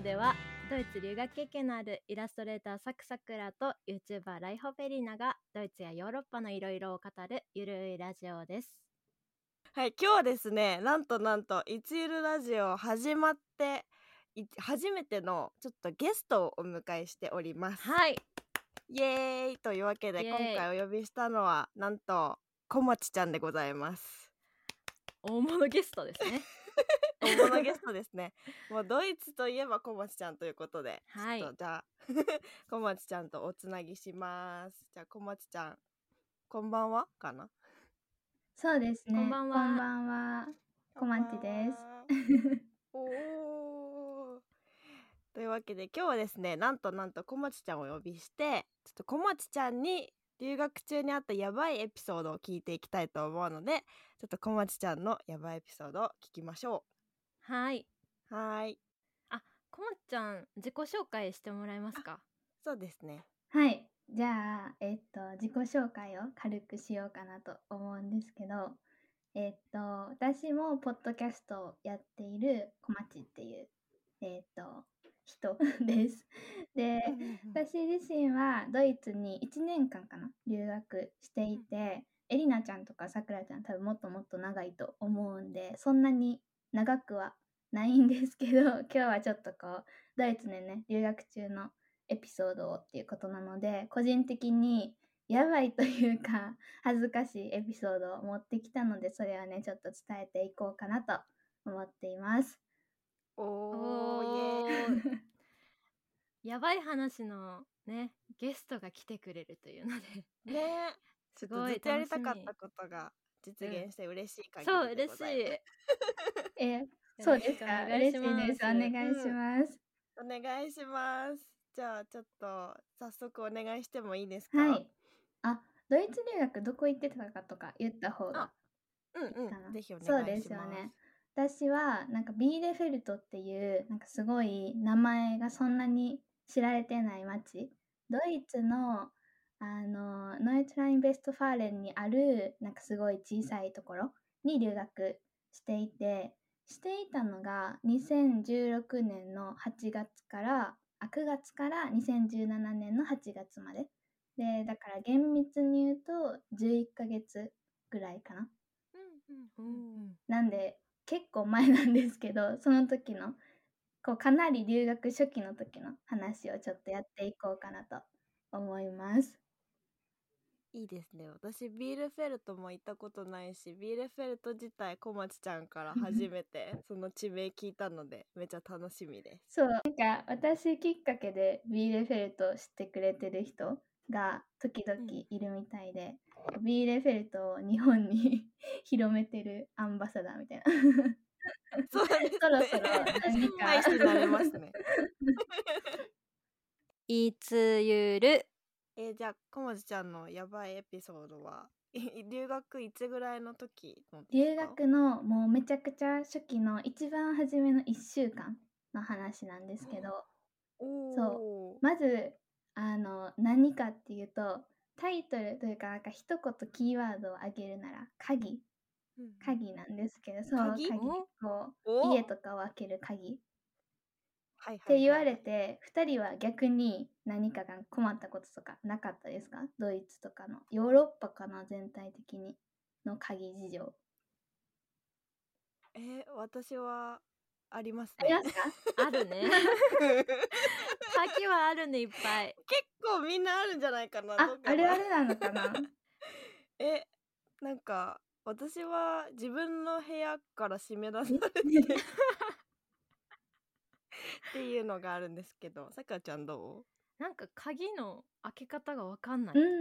ではドイツ留学経験のあるイラストレーターサクサクラと YouTuber ライホベリーナがドイツやヨーロッパのいろいろを語るゆるいラジオです。 はい、今日はですね、なんといつゆるラジオ始まって初めてのちょっとゲストをお迎えしております。 はい、 イエーイというわけでイエーイ今回お呼びしたのはなんとこまちちゃんでございます。 大物ゲストですね。 大物ゲストですね。もうドイツといえばこまちちゃんということで、 はいちょっとじゃあこまちちゃんとおつなぎします。じゃあこまちちゃん、こんばんはかな。 そうですね。 こんばんは。 こんばんは。こまちです。 おーというわけで今日はですね、なんとこまちちゃんをお呼びして、ちょっとこまちちゃんに留学中にあったやばいエピソードを聞いていきたいと思うので、ちょっとこまちちゃんのやばいエピソードを聞きましょはい。 う。はーい。 こまちゃん自己紹介してもらえますか？ そうですね。 はい。じゃあ、自己紹介を軽くしようかなと思うんですけど、私もポッドキャストをやっているこまちっていう、人です。で、私自身はドイツに1年間かな、留学していて、エリナちゃんとかさくらちゃん多分もっともっと長いと思うんで、そんなに長くはないんですけど、今日はちょっとこう、ドイツでね、留学中のエピソードをっていうことなので、個人的にやばいというか恥ずかしいエピソードを持ってきたので、それをねちょっと伝えていこうかなと思っています。 おーイエーイ。 やばい話のねゲストが来てくれるというのでねすごいずっとやりたか楽しみったことが実現して嬉しい限そうりで嬉しございます。 いそうですか。 よろしくお願い嬉しいしますです。お願いします。 お願いします。じゃあちょっと早速お願いしてもいいですか？ はい。あ、ドイツ留学どこ行ってたかとか言った方がいいかな。 ぜひお願いします。 そうですよね。私はなんかビーレフェルトっていうなんかすごい名前がそんなに知られてない町、ドイツのノイツライン・ベストファーレンにあるなんかすごい小さいところに留学していたのが2016年の8月から9月から2017年の8月までで、だから厳密に言うと11ヶ月ぐらいかな。なんで結構前なんですけど、その時のこうかなり留学初期の時の話をちょっとやっていこうかなと思います。 いいですね。私ビールフェルトも行ったことないし、ビールフェルト自体こまちちゃんから初めてその地名聞いたのでめっちゃ楽しみです。 そう、なんか私きっかけでビーレフェルト知ってくれてる人が時々いるみたいで、ビーレフェルトを日本に広めてるアンバサダーみたいな。 そうですね。 そろそろ何か大使になれますね。 いつゆるじゃあこまちちゃんのやばいエピソードは留学いつぐらいの時のですか？ 留学のもうめちゃくちゃ初期の一番初めの1週間の話なんですけど、そうまず何かっていうと、タイトルというかなんか一言キーワードを挙げるなら鍵なんですけど、そう鍵こう家とかを開ける鍵はいって言われて、2人は逆に何かが困ったこととかなかったですか？ドイツとかのヨーロッパかな、全体的にの鍵事情私はありますありね。 ますか？ あるね鍵はあるね、いっぱい。 結構みんなあるんじゃないかな。 あるあるなのかななんか私は自分の部屋から閉め出されてっていうのがあるんですけど、さくらちゃんどう？ なんか鍵の開け方がわかんないとか、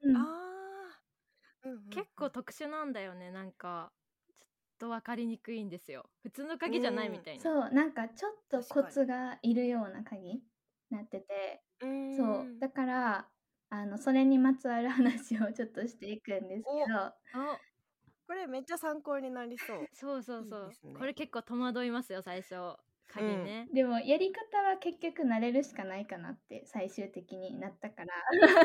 結構特殊なんだよね。なんかちょっとわかりにくいんですよ。普通の鍵じゃないみたいな。 そう、なんかちょっとコツがいるような鍵になってて、そうだからそれにまつわる話をちょっとしていくんですけど、 これめっちゃ参考になりそう。 そうそうそう。 いいですね。 これ結構戸惑いますよ、最初。鍵ね。 でもやり方は結局慣れるしかないかなって最終的になったから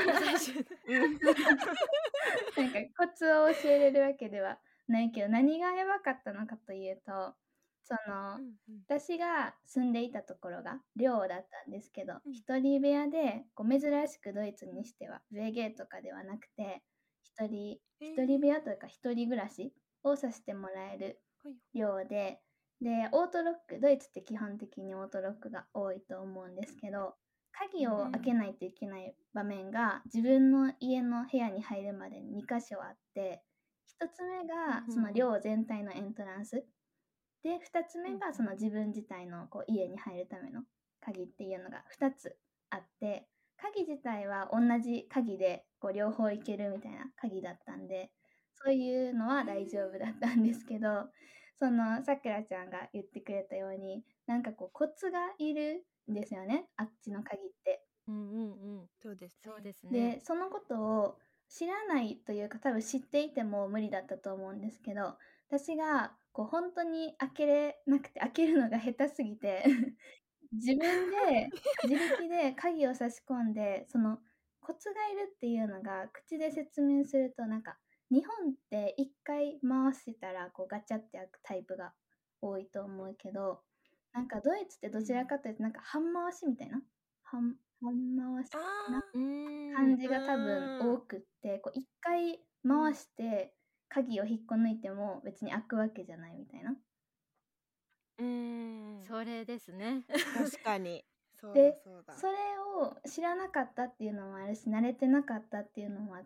なんかコツを教えれるわけではないけど、何がやばかったのかというと、 私が住んでいたところが寮だったんですけど、 うん一人部屋でこう珍しくドイツにしてはベゲーとかではなくて一人部屋というか一人暮らしをさせてもらえるはい寮で、オートロック、ドイツって基本的にオートロックが多いと思うんですけど、鍵を開けないといけない場面が自分の家の部屋に入るまでに2箇所あって、1つ目がその寮全体のエントランスで、2つ目がその自分自体のこう家に入るための鍵っていうのが2つあって、鍵自体は同じ鍵でこう両方行けるみたいな鍵だったんで、そういうのは大丈夫だったんですけど、そのさくらちゃんが言ってくれたように、なんかこうコツがいるんですよね、あっちの鍵って。 そうですね。 そうですね。 で、そのことを知らないというか、多分知っていても無理だったと思うんですけど、私がこう本当に開けれなくて、開けるのが下手すぎて自分で自力で鍵を差し込んで、そのコツがいるっていうのが口で説明すると、なんか日本って一回回したらこうガチャって開くタイプが多いと思うけど、なんかドイツってどちらかというとなんか半回しみたいな、半回しな感じが多分多くって、こう一回回して鍵を引っこ抜いても別に開くわけじゃないみたいな。 それですね。 確かに。そうだで、 そうだ。 それを知らなかったっていうのもあるし、慣れてなかったっていうのもあって、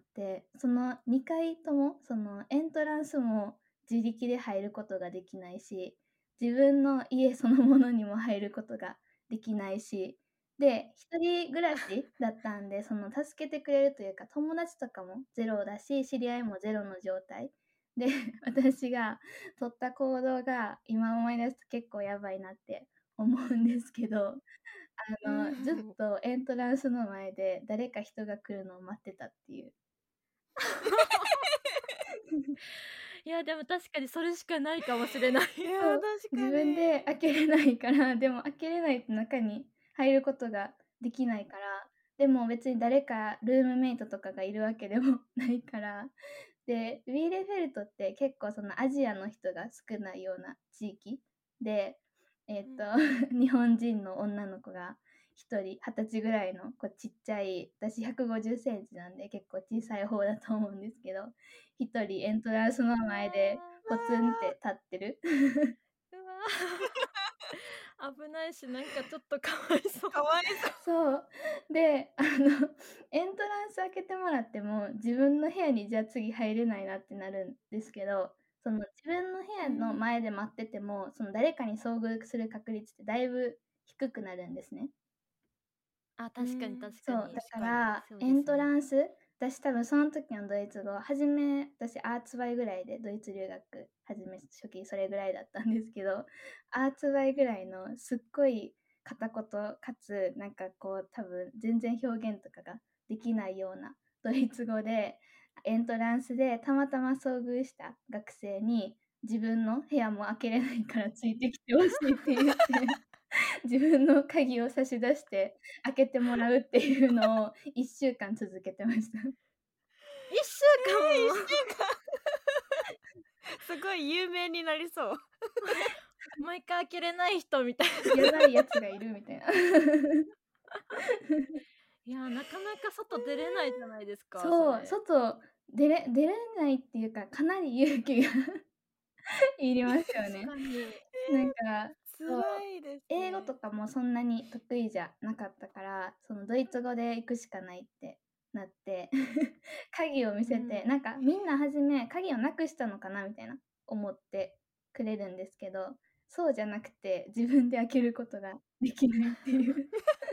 その2回とも、そのエントランスも自力で入ることができないし、自分の家そのものにも入ることができないし、で、一人暮らしだったんで、その助けてくれるというか、友達とかもゼロだし、知り合いもゼロの状態。で、私が取った行動が今思い出すと結構やばいなって思うんですけど、ずっとエントランスの前で誰か人が来るのを待ってたっていう。 いやでも確かにそれしかないかもしれない。 いやそう確かに。 自分で開けれないから、でも開けれないと中に入ることができないから、でも別に誰かルームメイトとかがいるわけでもないから、で、ビーレフェルトって結構そのアジアの人が少ないような地域で、日本人の女の子が一人20歳ぐらいのこうちっちゃい、私150センチなんで結構小さい方だと思うんですけど、一人エントランスの前でポツンって立ってる。 うわ危ないし、なんかちょっとかわいそう。 かわいそう。 そうでエントランス開けてもらっても自分の部屋にじゃあ次入れないなってなるんですけど、その自分の部屋の前で待ってても、その誰かに遭遇する確率ってだいぶ低くなるんですね。 あ、確かに確そう、 かに。 だからそうですねエントランス、私多分その時のドイツ語、私アーツバイぐらいでドイツ留学初期それぐらいだったんですけど、アーツバイぐらいのすっごい片言かつなんかこう多分全然表現とかができないようなドイツ語でエントランスでたまたま遭遇した学生に自分の部屋も開けれないからついてきてほしいって言って自分の鍵を差し出して開けてもらうっていうのを1週間続けてました。 1週間も、 すごい有名になりそう。 毎回開けれない人みたいな。 やばいやつがいるみたいな。 いやなかなか外出れないじゃないですか。 そう、 れ外出れないっていうか、かなり勇気がいりますよね。 確かに。 なんか、そう、 辛いですね。 英語とかもそんなに得意じゃなかったから、そのドイツ語で行くしかないってなって鍵を見せて、なんかみんな初め鍵をなくしたのかなみたいな思ってくれるんですけど、そうじゃなくて自分で開けることができないっていう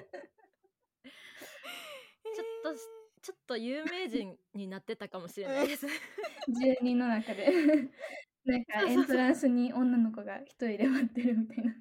ちょっと有名人になってたかもしれないです。 住人の中でなんかエントランスに女の子が一人で待ってるみたいな。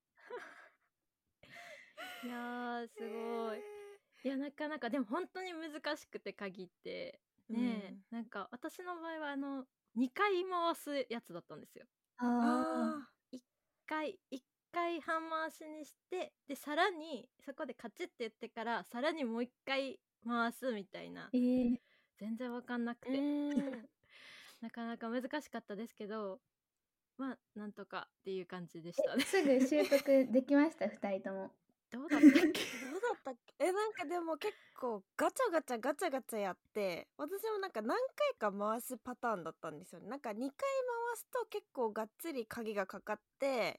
いやーすごい。いやなかなかでも本当に難しくて鍵ってね、なんか私の場合は2回回すやつだったんですよ。 あ 1回半回しにして、でさらにそこでカチッて言ってからさらにもう1回回すみたいな、全然わかんなくてなかなか難しかったですけど、 まあなんとかっていう感じでしたね。 すぐ習得できました2人とも。 どうだったっけどうだったっけ。なんかでも結構ガチャガチャガチャガチャやって、私もなんか何回か回すパターンだったんですよね。なんか2回回すと結構がっつり鍵がかかって、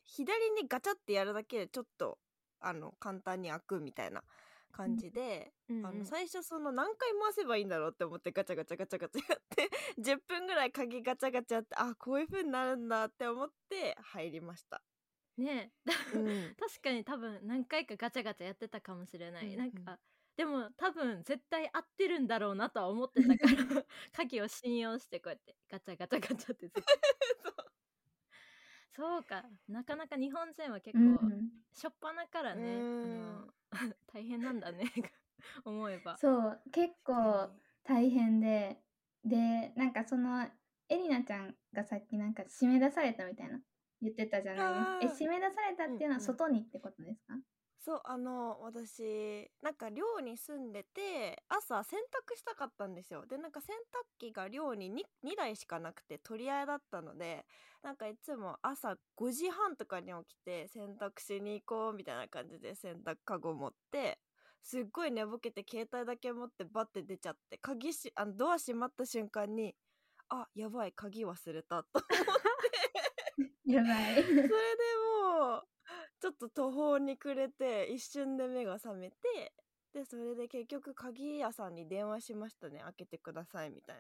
左にガチャってやるだけでちょっと簡単に開くみたいな感じで、最初その何回回せばいいんだろうって思ってガチャガチャガチャガチャやって10分ぐらい鍵ガチャガチャやって、あ、こういう風になるんだって思って入りました。 ねうん、 確かに多分何回かガチャガチャやってたかもしれない、 うんなんかでも多分絶対合ってるんだろうなとは思ってたから鍵を信用してこうやってガチャガチャガチャってずっとそうか、なかなか日本人は結構、しょっぱなからね、大変なんだね思えば。 そう結構大変で、なんかそのエリナちゃんがさっきなんか締め出されたみたいな言ってたじゃないですか。締め出されたっていうのは外にってことですか？ そう、私なんか寮に住んでて朝洗濯したかったんですよ。でなんか洗濯機が寮に 2台しかなくて取り合いだったので、なんかいつも朝5時半とかに起きて洗濯しに行こうみたいな感じで洗濯かご持って、すっごい寝ぼけて携帯だけ持ってバッて出ちゃって、ドア閉まった瞬間に、あ、やばい、鍵忘れたと思ってやばいそれでもうちょっと途方に暮れて一瞬で目が覚めて、でそれで結局鍵屋さんに電話しましたね。開けてくださいみたい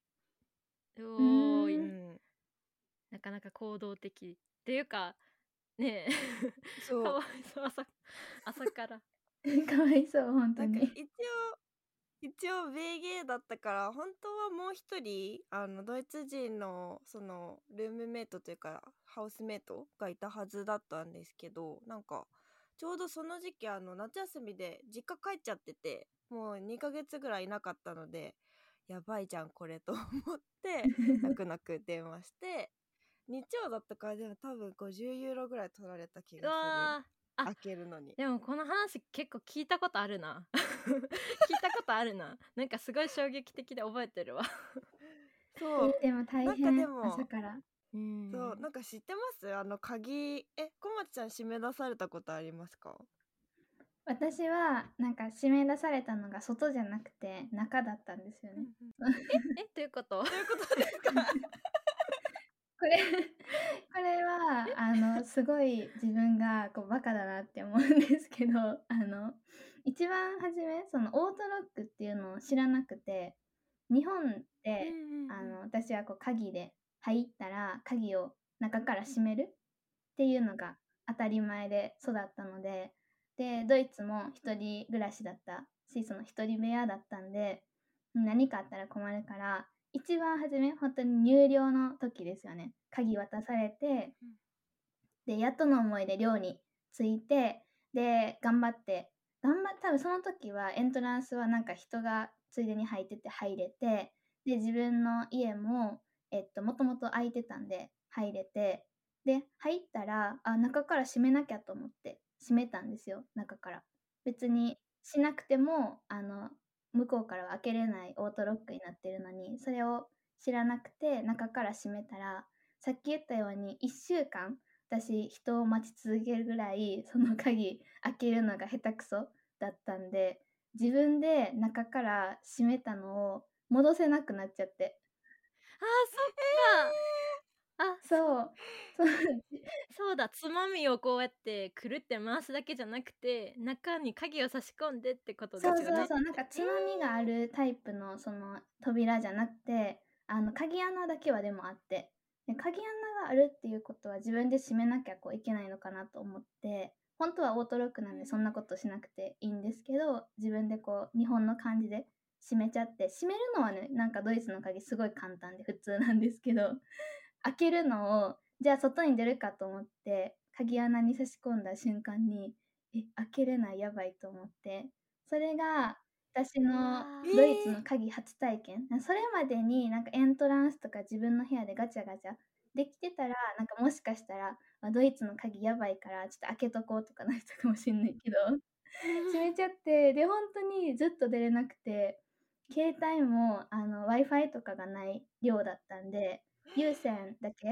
おーい、 な。 なかなか行動的っていうかねえそうかわいそう、朝からかわいそう本当なんかに。 一応米芸だったから、本当はもう一人ドイツ人のそのルームメイトというかハウスメイトがいたはずだったんですけど、なんかちょうどその時期夏休みで実家帰っちゃってて、もう2ヶ月ぐらいいなかったので、やばいじゃんこれと思って泣く泣く電話して、日曜だったからでも多分50ユーロぐらい取られた気うがする。 わー、 開けるのに。 でもこの話結構聞いたことあるな聞いたことあるな、なんかすごい衝撃的で覚えてるわそうでも大なんかで変も朝から。 そうなんか知ってます？鍵小町ちゃん締め出されたことありますか？ 私はなんか締め出されたのが外じゃなくて中だったんですよね。 どういうことどういうことですか？ これはすごい自分がこうバカだなって思うんですけど一番初めそのオートロックっていうのを知らなくて、日本で私はこう鍵で入ったら鍵を中から閉めるっていうのが当たり前で育ったので、ドイツも一人暮らしだったし、その一人部屋だったんで、何かあったら困るから、一番初め、本当に入寮の時ですよね。鍵渡されて、で、やっとの思いで寮に着いて、で、多分その時はエントランスはなんか人がついでに入ってて入れて、で、自分の家も、もともと空いてたんで入れて、で、入ったら、中から閉めなきゃと思って閉めたんですよ、中から。別にしなくても、向こうからは開けれないオートロックになってるのに、それを知らなくて中から閉めたら、さっき言ったように1週間私人を待ち続けるぐらいその鍵開けるのが下手くそだったんで、自分で中から閉めたのを戻せなくなっちゃって。 あーそっか、あそうそうそうだ、つまみをこうやってくるって回すだけじゃなくて中に鍵を差し込んでってことですよね。 なんかつまみがあるタイプのその扉じゃなくて、鍵穴だけはでもあって、で鍵穴があるっていうことは自分で閉めなきゃこういけないのかなと思って、本当はオートロックなんでそんなことしなくていいんですけど、自分でこう日本の感じで閉めちゃって、閉めるのはねなんかドイツの鍵すごい簡単で普通なんですけど、開けるのをじゃあ外に出るかと思って鍵穴に差し込んだ瞬間に、開けれない、やばいと思って、それが私のドイツの鍵初体験。それまでになんかエントランスとか自分の部屋でガチャガチャできてたら、なんかもしかしたらドイツの鍵やばいからちょっと開けとこうとかなったかもしんないけど閉めちゃって、で本当にずっと出れなくて、携帯もWi-Fi とかがない量だったんで有線だけ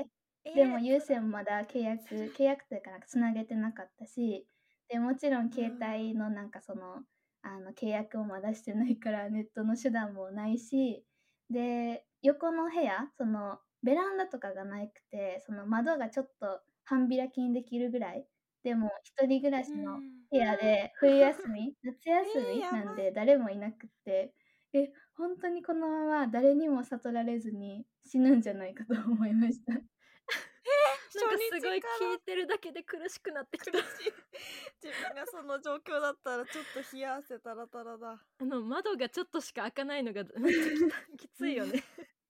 でも有線もまだ契約というかなんかつなげてなかったし、でもちろん携帯のなんかその契約もまだしてないからネットの手段もないし、で横の部屋、そのベランダとかがなくて、その窓がちょっと半開きにできるぐらい、でも一人暮らしの部屋で冬休み夏休みなんで誰もいなくって、本当にこのまま誰にも悟られずに死ぬんじゃないかと思いました。 なんかすごい聞いてるだけで苦しくなってきた。 苦しい。自分がその状況だったらちょっと冷や汗タラタラだ。 窓がちょっとしか開かないのがめっちゃきついよね。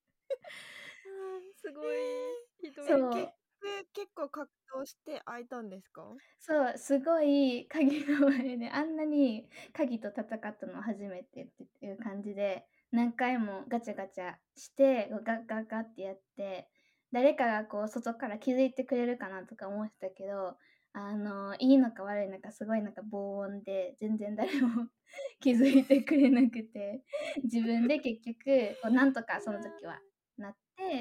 すごいひどい。 そう結構格闘して開いたんですか？ そう、すごい鍵の前であんなに鍵と戦ったの初めてっていう感じで、何回もガチャガチャしてガッガッガッってやって、誰かがこう外から気づいてくれるかなとか思ってたけど、いいのか悪いのかすごいなんか防音で全然誰も気づいてくれなくて、自分で結局こうなんとかその時はなって、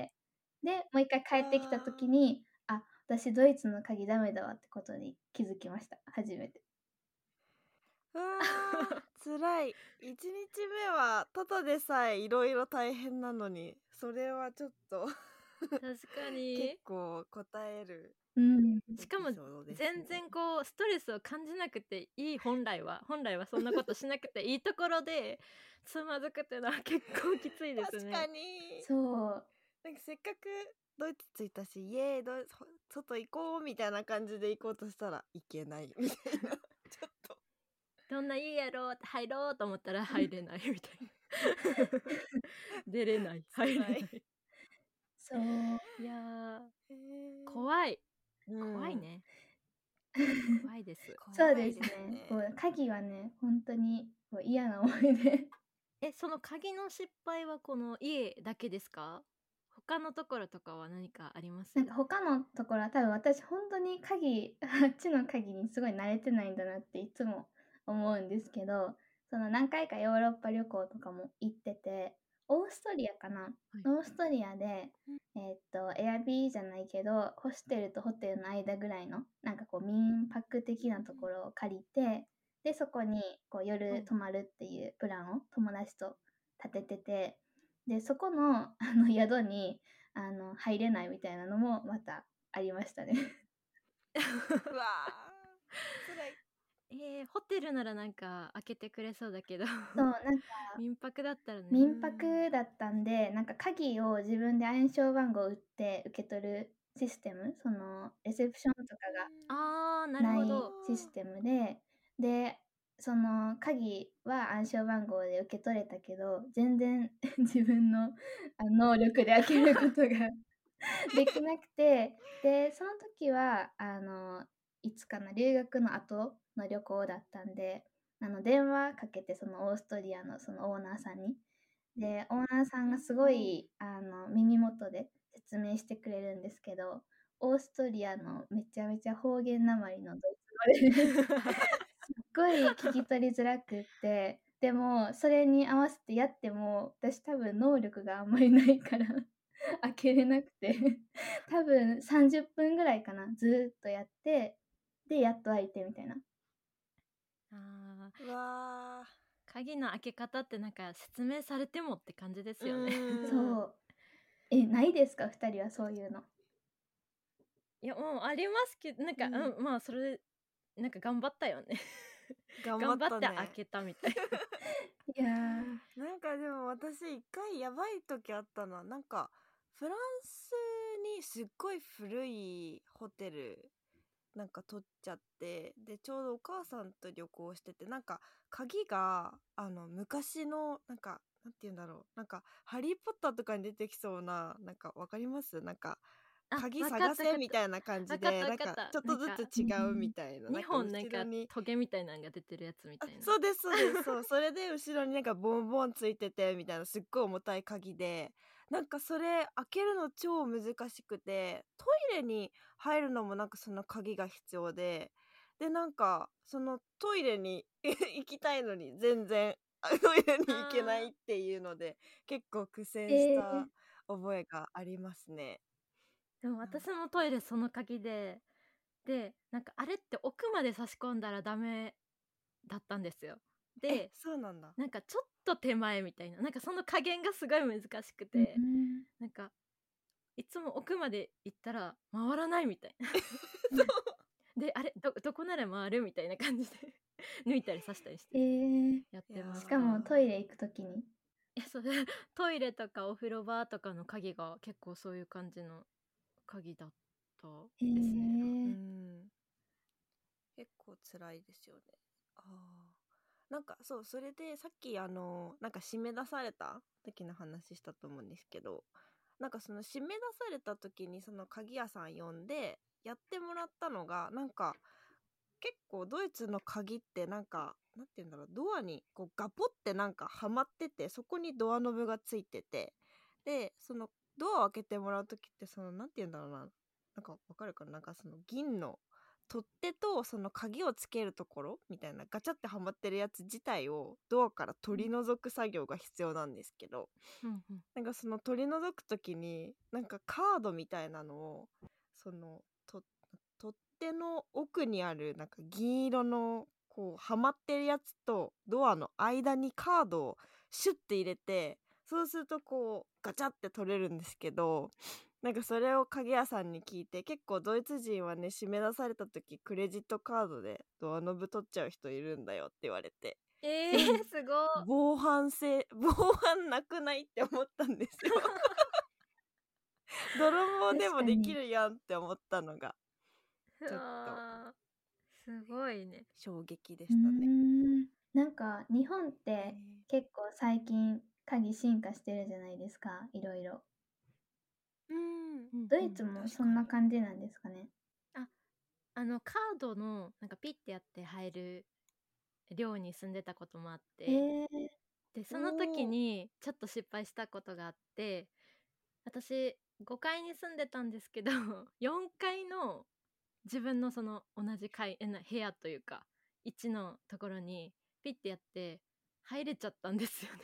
でもう一回帰ってきた時に私ドイツの鍵ダメだわってことに気づきました、初めて。 うわー辛い。1日目はただでさえいろいろ大変なのに、それはちょっと確かに結構答える。 しかも全然こうストレスを感じなくていい、本来はそんなことしなくていいところでつまずくっていうのは結構きついですね。 確かに。 そうなんかせっかくドイツ着いたし、イエーイ外行こうみたいな感じで行こうとしたらいけないみたいな。ちょっとどんないいやろうって入ろうと思ったら入れないみたいな。出れない、入れない。 そういや怖い、怖いね。怖いです。 そうですね。こう鍵はね本当にこう嫌な思い出。 その鍵の失敗はこの家だけですか？他のところとかは何かあります？ なんか他のところは多分私本当にあっちの鍵にすごい慣れてないんだなっていつも思うんですけど、その何回かヨーロッパ旅行とかも行ってて、オーストリアかな、オーストリアでエアビーじゃないけどホステルとホテルの間ぐらいのなんかこう民泊的なところを借りて、でそこにこう夜泊まるっていうプランを友達と立ててて、でそこの宿に入れないみたいなのもまたありましたね。 うわー辛い。 ホテルならなんか開けてくれそうだけどそうなんか民泊だったらね。 民泊だったんで、なんか鍵を自分で暗証番号を打って受け取るシステム、そのレセプションとかがなるないほど。 システムでその鍵は暗証番号で受け取れたけど、全然自分の能力で開けることができなくて、でその時はいつかな、留学の後の旅行だったんで、電話かけてそのオーストリアのそのオーナーさんに、でオーナーさんがすごい耳元で説明してくれるんですけど、オーストリアのめちゃめちゃ方言なまりのドイツ語ですっごい聞き取りづらくって、でもそれに合わせてやっても私多分能力があんまりないから開けれなくて多分30分ぐらいかな、ずっとやって、でやっと開いてみたいな。 うわ鍵の開け方ってなんか説明されてもって感じですよね。 そうないですか2人はそういうの？ いやもうありますけど、なんかまあそれなんか頑張ったよね。 頑頑張張ったね。 って開けたみたいな。 いやなんかでも私一回やばい時あったな。なんかフランスにすっごい古いホテルなんか取っちゃって、でちょうどお母さんと旅行してて、なんか鍵が昔のなんかなんて言うんだろう、なんかハリーポッターとかに出てきそうな、なんかわかります？なんか鍵探せみたいな感じで、なんかちょっとずつ違うみたいな、 2本なんか後ろにトゲみたいなのが出てるやつみたいな。 そうですそうですそうそれで後ろになんかボンボンついててみたいな、すっごい重たい鍵で、なんかそれ開けるの超難しくて、トイレに入るのもなんかその鍵が必要で、でなんかそのトイレに行きたいのに全然トイレに行けないっていうので結構苦戦した覚えがありますね。 でも私もトイレその鍵でなんかあれって奥まで差し込んだらダメだったんですよ。でそうなんだ。 なんかちょっと手前みたいな、なんかその加減がすごい難しくうて、 んなんかいつも奥まで行ったら回らないみたいなであれどこなら回るみたいな感じで抜いたり刺したりしてやってましす。 かもトイレ行くときに。 それトイレとかお風呂場とかの鍵が結構そういう感じの鍵だったですね。 結構辛いですよね。なんかそう、それでさっきなんか締め出された時の話したと思うんですけど、なんかその締め出された時にその鍵屋さん呼んでやってもらったのが、なんか結構ドイツの鍵ってなんかなんて言うんだろう、ドアにこうガポってなんかはまってて、そこにドアノブがついてて、でそのドアを開けてもらう時って、そのなんて言うんだろうな、なんかわかるかな、なんかその銀の取っ手とその鍵をつけるところみたいなガチャってはまってるやつ自体をドアから取り除く作業が必要なんですけど、なんかその取り除く時になんかカードみたいなのをその取っ手の奥にあるなんか銀色のこうはまってるやつとドアの間にカードをシュッて入れて、そうするとこうガチャって取れるんですけど、なんかそれを鍵屋さんに聞いて、結構ドイツ人はね、締め出された時クレジットカードでドアノブ取っちゃう人いるんだよって言われて、 すごい。 防犯なくないって思ったんですよ泥棒でもできるやんって思ったのがちょっとすごいね。 衝撃でしたね。 なんか日本って結構最近鍵進化してるじゃないですか、いろいろ。ドイツもそんな感じなんですかね。 カードのなんかピッてやって入る寮に住んでたこともあって、でその時にちょっと失敗したことがあって、私5階に住んでたんですけど4階の自分のその同じ部屋というか1のところにピッてやって入れちゃったんですよね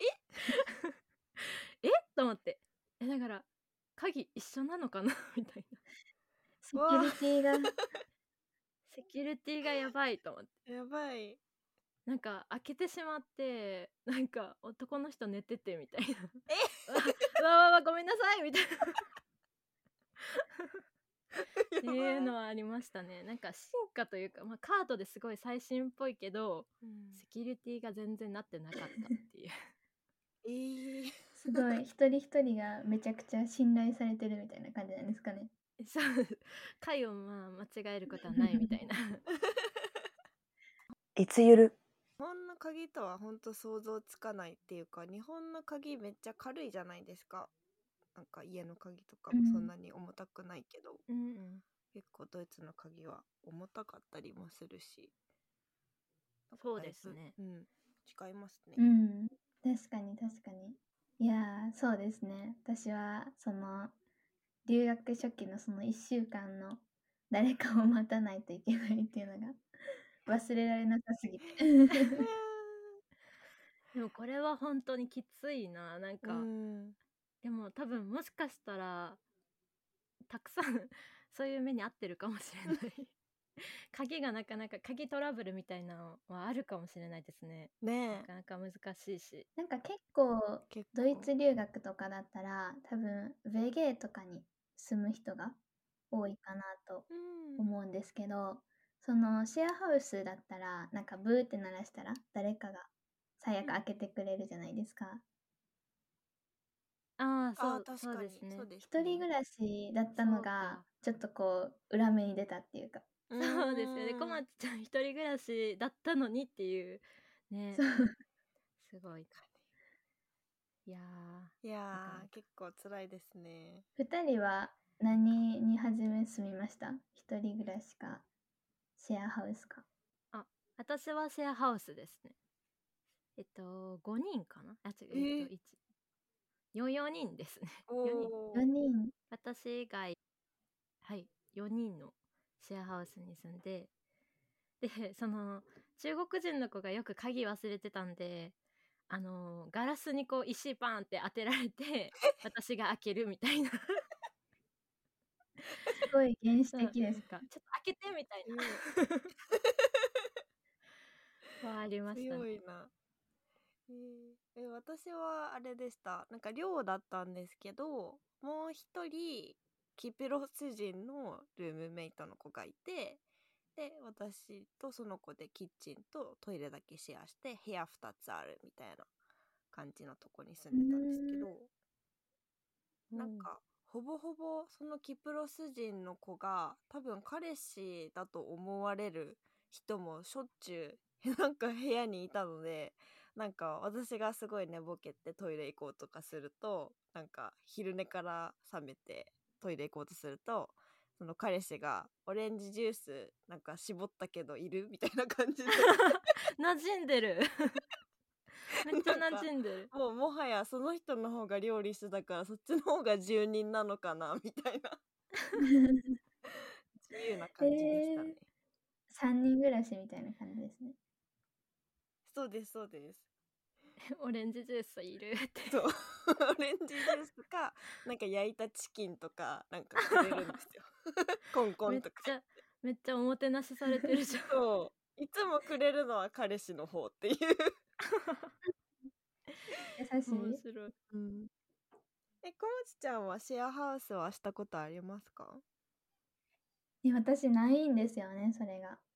えと思って、だから鍵一緒なのかなみたいな。 セキュリティがセキュリティがやばいと思って、 やばい。 なんか開けてしまって、なんか男の人寝ててみたいなわごめんなさいみたいなっていうのはありましたね。なんか進化というか、カードですごい最新っぽいけど、セキュリティが全然なってなかったっていうすごい、一人一人がめちゃくちゃ信頼されてるみたいな感じなんですかね。 そう回を間違えることはないみたいないつゆる。日本の鍵とは本当想像つかないっていうか、日本の鍵めっちゃ軽いじゃないですか。なんか家の鍵とかもそんなに重たくないけど、結構ドイツの鍵は重たかったりもするし。 そうですね。 違いますね。 確かに確かに。いやー、そうですね。私はその留学初期のその1週間の誰かを待たないといけないっていうのが忘れられなさすぎてでもこれは本当にきついな。なんかでも多分もしかしたらたくさんそういう目に遭ってるかもしれない鍵がなかなか鍵トラブルみたいなのはあるかもしれないですね。なかなか難しいし、 なんか結構ドイツ留学とかだったら多分ベゲーとかに住む人が多いかなと思うんですけど、そのシェアハウスだったらなんかブーって鳴らしたら誰かが最悪開けてくれるじゃないですか。 そうですね。 一人暮らしだったのがちょっとこう裏目に出たっていうか。 そうですよね。こまちゃん一人暮らしだったのにっていうね。すごい。いや結構辛いですね。 2人は何に初め住みました？一人暮らしかシェアハウスか。 私はシェアハウスですね。5人かな、4人ですね。 4人。 私以外4人のシェアハウスに住んで、でその中国人の子がよく鍵忘れてたんで、ガラスにこう石バーンって当てられて私が開けるみたいなすごい原始なん的です。 かちょっと開けてみたいなはありましたね。 強いな。私はあれでした。なんか寮だったんですけど、もう一人キプロス人のルームメイトの子がいて、で私とその子でキッチンとトイレだけシェアして部屋2つあるみたいな感じのとこに住んでたんですけど、なんかほぼほぼそのキプロス人の子が多分彼氏だと思われる人もしょっちゅうなんか部屋にいたので、なんか私がすごい寝ぼけてトイレ行こうとかすると、なんか昼寝から覚めてトイレ行こうとすると、その彼氏がオレンジジュースなんか絞ったけどいるみたいな感じで馴染んでるめっちゃ馴染んでる。 もはやその人の方が料理してたからそっちの方が住人なのかなみたいな自由な感じでしたね。 3人暮らしみたいな感じですね。 そうですそうです。 オレンジジュースいるってそうオレンジジュースかなんか焼いたチキンとかなんかくれるんですよコンコンとかめっちゃおもてなしされてるじゃん。 そういつもくれるのは彼氏の方っていう優しい。 面白い。 小町ちゃんはシェアハウスはしたことありますか？ 私ないんですよね、それが。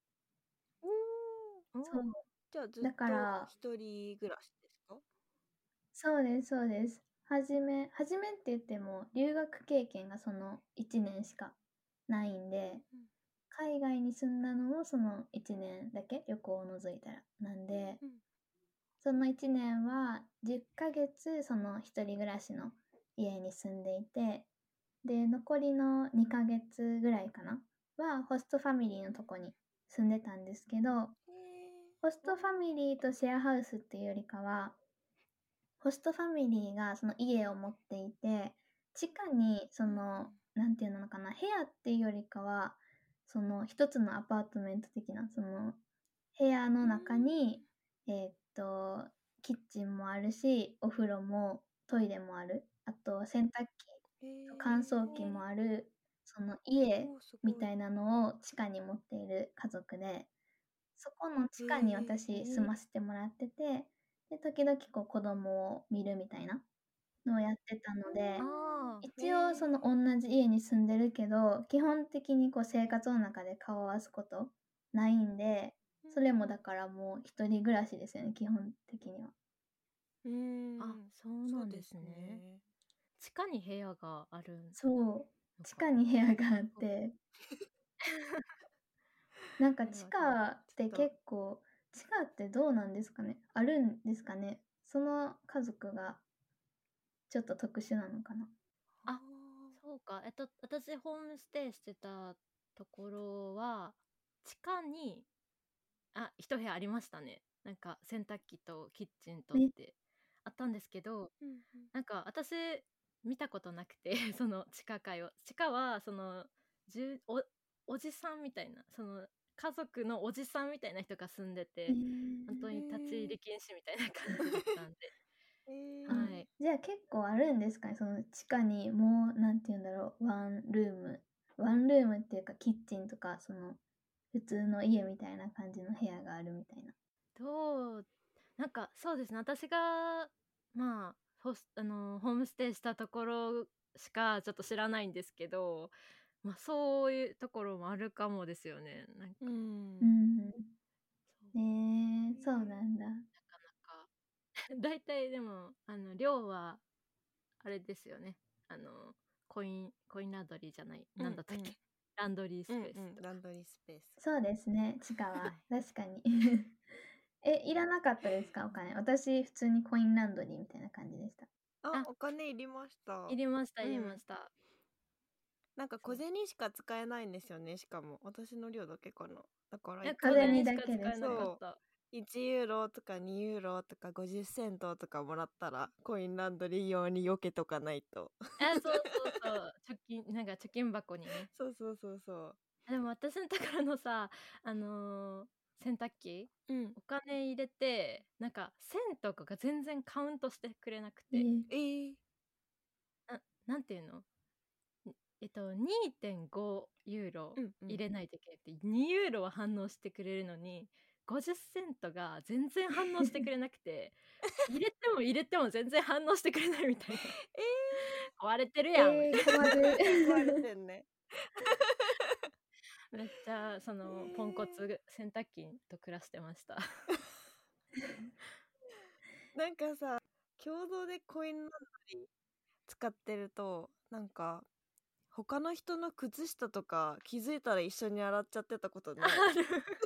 そう。 じゃあずっだかとら、 一人暮らしですか？ そうです、そうです。初めって言っても、留学経験がその1年しかないんで、海外に住んだのもその1年だけ、旅行を除いたら。なんで、その1年は10ヶ月その一人暮らしの家に住んでいて、で、残りの2ヶ月ぐらいかなはホストファミリーのとこに住んでたんですけど、ホストファミリーとシェアハウスっていうよりかは、ホストファミリーがその家を持っていて、地下にその、なんていうのかな、部屋っていうよりかは、その一つのアパートメント的な、その部屋の中に、キッチンもあるし、お風呂もトイレもある。あと洗濯機と乾燥機もある、その家みたいなのを地下に持っている家族で、そこの地下に私住ませてもらってて、で、時々こう子供を見るみたいなのをやってたので、一応その同じ家に住んでるけど、基本的にこう生活の中で顔を合わすことないんで、それもだからもう一人暮らしですよね、基本的には。 あ、そうなんですね。地下に部屋がある。 そう、地下に部屋があって、なんか地下って結構、地下ってどうなんですかね、あるんですかね、その家族がちょっと特殊なのかな。 あ、そうか。私ホームステイしてたところは地下に一部屋ありましたね。なんか洗濯機とキッチンとってあったんですけど、なんか私見たことなくてその地下階を。地下はそのおじさんみたいな、その家族のおじさんみたいな人が住んでて、本当に立ち入り禁止みたいな感じだったんではい。 じゃあ結構あるんですかね、その地下にもうなんて言うんだろう、ワンルームっていうかキッチンとか、その普通の家みたいな感じの部屋があるみたいな。 なんかそうですね、私がまあホームステイしたところしかちょっと知らないんですけど、まあそういうところもあるかもですよね。なんかそうなんだ。 なかなか大体でも寮はあれですよね、コインランドリーじゃない、なんだったっけ、ランドリースペースとか、 ランドリースペース。 そうですね、地下は確かにいらなかったですか、お金。私普通にコインランドリーみたいな感じでした。 お金いりました。 いりました。 なんか小銭しか使えないんですよね。しかも私の量だけかな。だから小銭だけでそう 1ユーロとか2ユーロとか50セントとかもらったらコインランドリー用に避けとかないと。 そうなんか貯金箱にね。 そう。 でも私のところのさ、洗濯機、お金入れてなんか線とかが全然カウントしてくれなくて、なんていうの、 2.5 ユーロうんうん入れないといけなくて、2ユーロは反応してくれるのに50セントが全然反応してくれなくて入れても全然反応してくれないみたいな壊れてるやんみたい困る。 壊れてんね。 なめっちゃそのポンコツ洗濯機と暮らしてましたなんかさ、共同でコインランドリー使ってると、なんか他の人の靴下とか気づいたら一緒に洗っちゃってたことない？ ある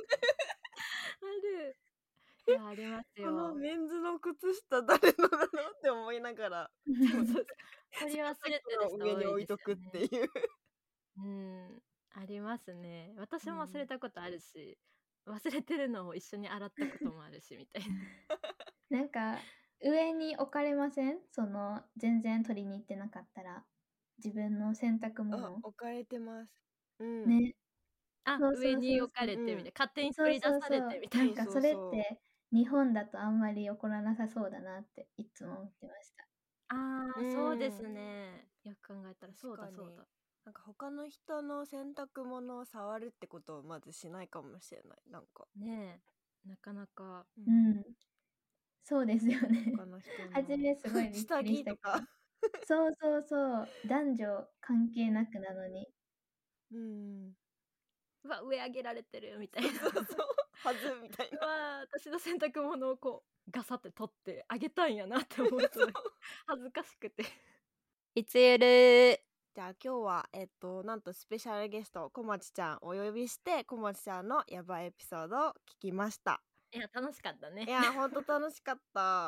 いやありますこのよメンズの靴下誰のだろうって思いながらそうそう取り忘れてる人上に多置いとくいですよねっていう。 うんありますね私も忘れたことあるし、忘れてるのを一緒に洗ったこともあるしみたいななんか上に置かれません？その全然取りに行ってなかったら自分の洗濯あ、 物置かれてます。うん。 ね。 あそうそうそうそう上に置かれてみたいな、勝手にそう取り出されてみたいななんかそれって日本だとあんまり起こらなさそうだなっていつも思ってました。 そうですねよく考えたらそうだ確かにそうだなんか他の人の洗濯物を触るってことをまずしないかもしれない。なんかねえなかなかうんそうですよね他の人の初めすごいびっく下りしたけど着とかそう男女関係なくなのにうんうわ上上げられてるみたいなそうそうはずみたいな。 うわ私の洗濯物をこうガサって取ってあげたんやなって思うと恥ずかしくていつゆるじゃあ今日はなんとスペシャルゲストこまちちゃんお呼びしてこまちちゃんのやばいエピソードを聞きました。 いや楽しかったねいやほんと楽しかった。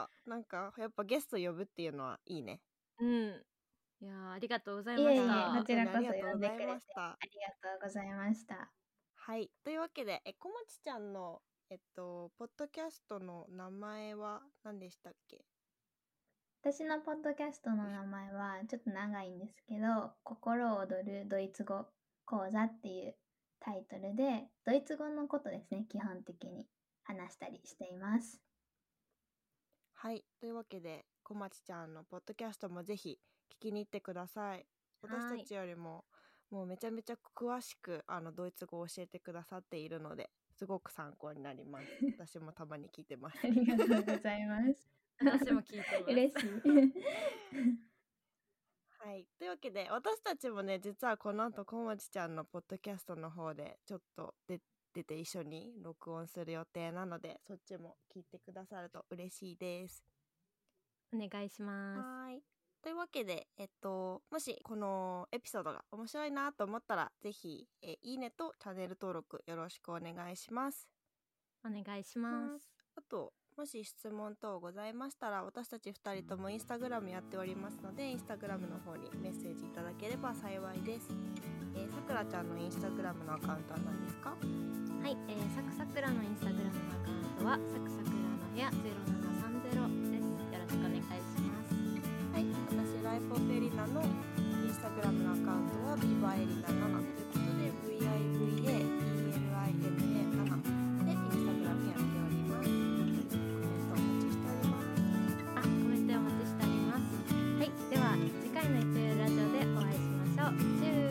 なんかやっぱゲスト呼ぶっていうのはいいね。 うんいやありがとうございましいえいえたこちらこそありがとうござい呼んでくれてました。 ありがとうございましたはいというわけでこまちちゃんのポッドキャストの名前は何でしたっけ？ 私のポッドキャストの名前はちょっと長いんですけど心躍るドイツ語講座っていうタイトルでドイツ語のことですね基本的に話したりしていますはいというわけでこまちちゃんのポッドキャストもぜひ聞きに行ってください。私たちよりももうめちゃめちゃ詳しくドイツ語を教えてくださっているのですごく参考になります。私もたまに聞いてます。 ありがとうございます私も聞いてます嬉しいはいというわけで私たちもね実はこの後こまちちゃんのポッドキャストの方でちょっと出て一緒に録音する予定なのでそっちも聞いてくださると嬉しいです。 お願いしますはいというわけでもしこのエピソードが面白いなと思ったらぜひいいねとチャンネル登録よろしくお願いします。 お願いしますあともし質問等ございましたら私たち2人ともインスタグラムやっておりますのでインスタグラムの方にメッセージいただければ幸いです。さくらちゃんのインスタグラムのアカウントは何ですか？ はい、サクサクラのインスタグラムのアカウントはサクサクラの部屋0730です。よろしくお願いします。 はい、私ライフオペリナのインスタグラムのアカウントはビバエリナ7ということで VIVAELINA7 でインスタグラムやっております。コメントお待ちしております。 コメントお待ちしております。はい、では次回のいつゆるラジオでお会いしましょう。チュー